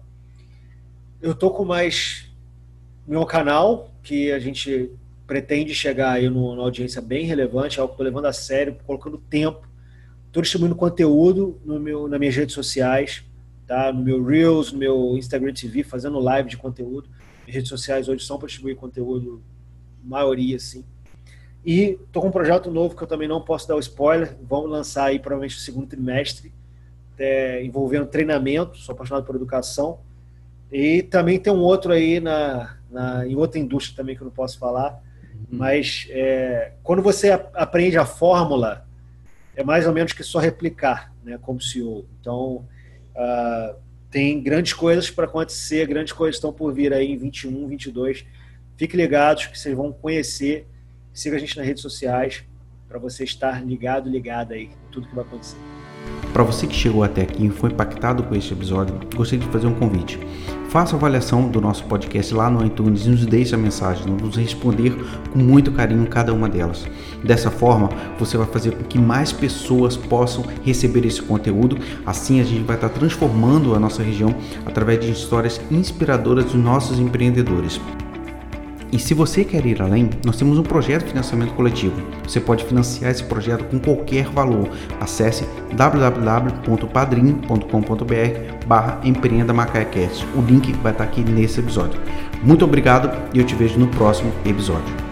Eu tô com mais meu canal, que a gente pretende chegar aí numa audiência bem relevante, é algo que eu tô levando a sério, colocando tempo. Estou distribuindo conteúdo no meu, nas minhas redes sociais, tá, no meu Reels, no meu Instagram T V, fazendo live de conteúdo. As redes sociais hoje são para distribuir conteúdo, maioria, sim. E estou com um projeto novo que eu também não posso dar o spoiler. Vamos lançar aí provavelmente no segundo trimestre, é, envolvendo treinamento. Sou apaixonado por educação. E também tem um outro aí na, na, em outra indústria também que eu não posso falar. Uhum. Mas é, quando você aprende a fórmula, é mais ou menos que só replicar, né, como C E O. Então, uh, tem grandes coisas para acontecer, grandes coisas estão por vir aí em vinte e um, vinte e dois. Fiquem ligados que vocês vão conhecer. Siga a gente nas redes sociais para você estar ligado, ligada aí em tudo que vai acontecer. Para você que chegou até aqui e foi impactado com este episódio, gostaria de fazer um convite. Faça a avaliação do nosso podcast lá no iTunes e nos deixe a mensagem. Nós vamos responder com muito carinho cada uma delas. Dessa forma, você vai fazer com que mais pessoas possam receber esse conteúdo. Assim, a gente vai estar transformando a nossa região através de histórias inspiradoras dos nossos empreendedores. E se você quer ir além, nós temos um projeto de financiamento coletivo. Você pode financiar esse projeto com qualquer valor. Acesse w w w ponto padrim ponto com ponto b r barra Empreenda Macaecast. O link vai estar aqui nesse episódio. Muito obrigado e eu te vejo no próximo episódio.